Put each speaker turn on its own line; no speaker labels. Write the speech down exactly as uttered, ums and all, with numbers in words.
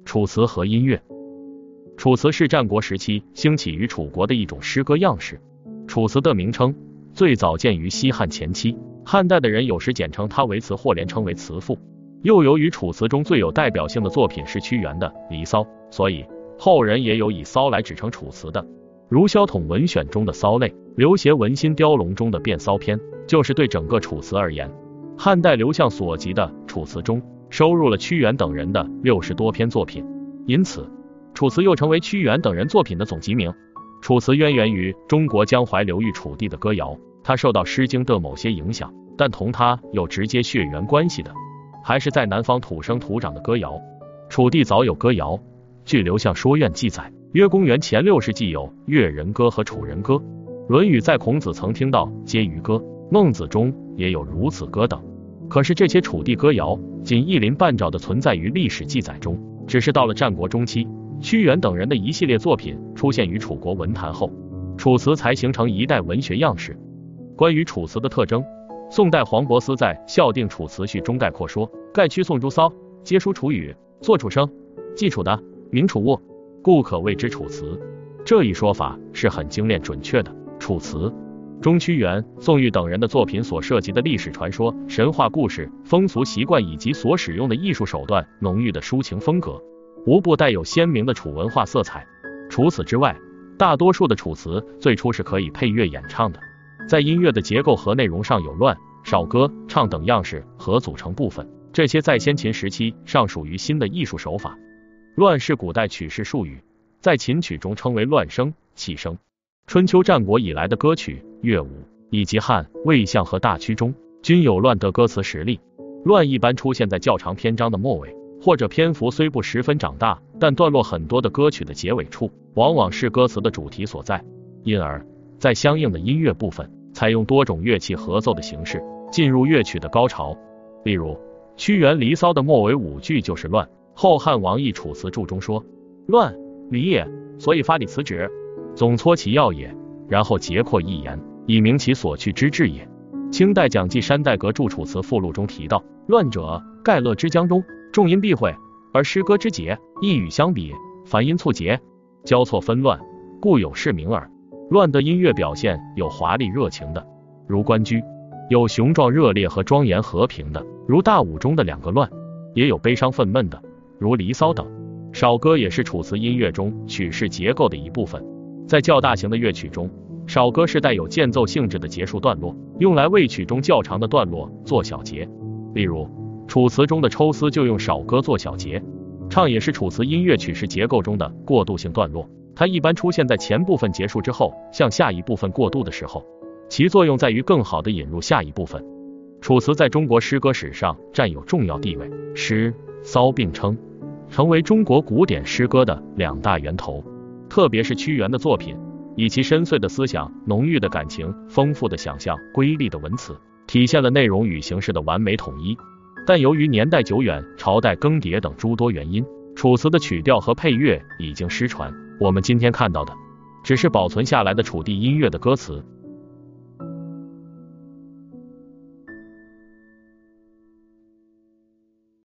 楚辞和音乐。楚辞是战国时期兴起于楚国的一种诗歌样式。楚辞的名称最早见于西汉前期，汉代的人有时简称它为辞或连称为辞赋。又由于楚辞中最有代表性的作品是屈原的《离骚》，所以后人也有以骚来指称楚辞的。如萧统文选中的骚类，刘勰文心雕龙中的变骚篇，就是对整个楚辞而言。汉代刘向所集的《楚辞》中收入了屈原等人的六十多篇作品，因此楚辞又成为屈原等人作品的总集名。楚辞渊源于中国江淮流域楚地的歌谣，它受到《诗经》的某些影响，但同它有直接血缘关系的，还是在南方土生土长的歌谣。楚地早有歌谣，据刘向说苑记载，约公元前六世纪有越人歌和楚人歌。论语在孔子曾听到皆于歌，孟子中也有如此歌等。可是这些楚地歌谣仅一鳞半爪的存在于历史记载中，只是到了战国中期，屈原等人的一系列作品出现于楚国文坛后，楚辞才形成一代文学样式。关于楚辞的特征，宋代黄伯思在《校订楚辞序》中概括说：盖屈宋诸骚，皆书楚语，作楚声，记楚的，名楚物，故可谓之楚辞。这一说法是很精炼准确的。楚辞中屈原、宋玉等人的作品所涉及的历史传说、神话故事、风俗习惯以及所使用的艺术手段、浓郁的抒情风格，无不带有鲜明的楚文化色彩。除此之外，大多数的楚辞最初是可以配乐演唱的，在音乐的结构和内容上有乱、少歌、唱等样式和组成部分，这些在先秦时期尚属于新的艺术手法。乱是古代曲式术语，在琴曲中称为乱声、气声。春秋战国以来的歌曲、乐舞以及汉、魏相和大曲中均有乱的歌词实例。乱一般出现在较长篇章的末尾，或者篇幅虽不十分长大，但段落很多的歌曲的结尾处，往往是歌词的主题所在。因而在相应的音乐部分，采用多种乐器合奏的形式，进入乐曲的高潮。例如屈原《离骚》的末尾五句就是乱。后汉王逸《楚辞注》中说：乱，离也，所以发礼辞旨，总撮其要也，然后结括一言，以明其所去之志也。清代蒋济山代阁注楚辞附录中提到：乱者，盖乐之江中，众音闭会，而诗歌之节，一语相比，凡音促节，交错纷乱，故有是名耳。乱的音乐表现有华丽热情的，如关雎；有雄壮热烈和庄严和平的，如大舞中的两个乱；也有悲伤愤懑的，如离骚等。少歌也是楚辞音乐中曲式结构的一部分。在较大型的乐曲中，少歌是带有间奏性质的结束段落，用来为曲中较长的段落做小节。例如楚辞中的抽丝就用少歌做小节。唱也是楚辞音乐曲式结构中的过渡性段落，它一般出现在前部分结束之后向下一部分过渡的时候，其作用在于更好地引入下一部分。楚辞在中国诗歌史上占有重要地位，诗、骚并称，成为中国古典诗歌的两大源头。特别是屈原的作品，以其深邃的思想、浓郁的感情、丰富的想象、瑰丽的文辞，体现了内容与形式的完美统一。但由于年代久远、朝代更迭等诸多原因，楚辞的曲调和配乐已经失传，我们今天看到的只是保存下来的楚地音乐的歌词。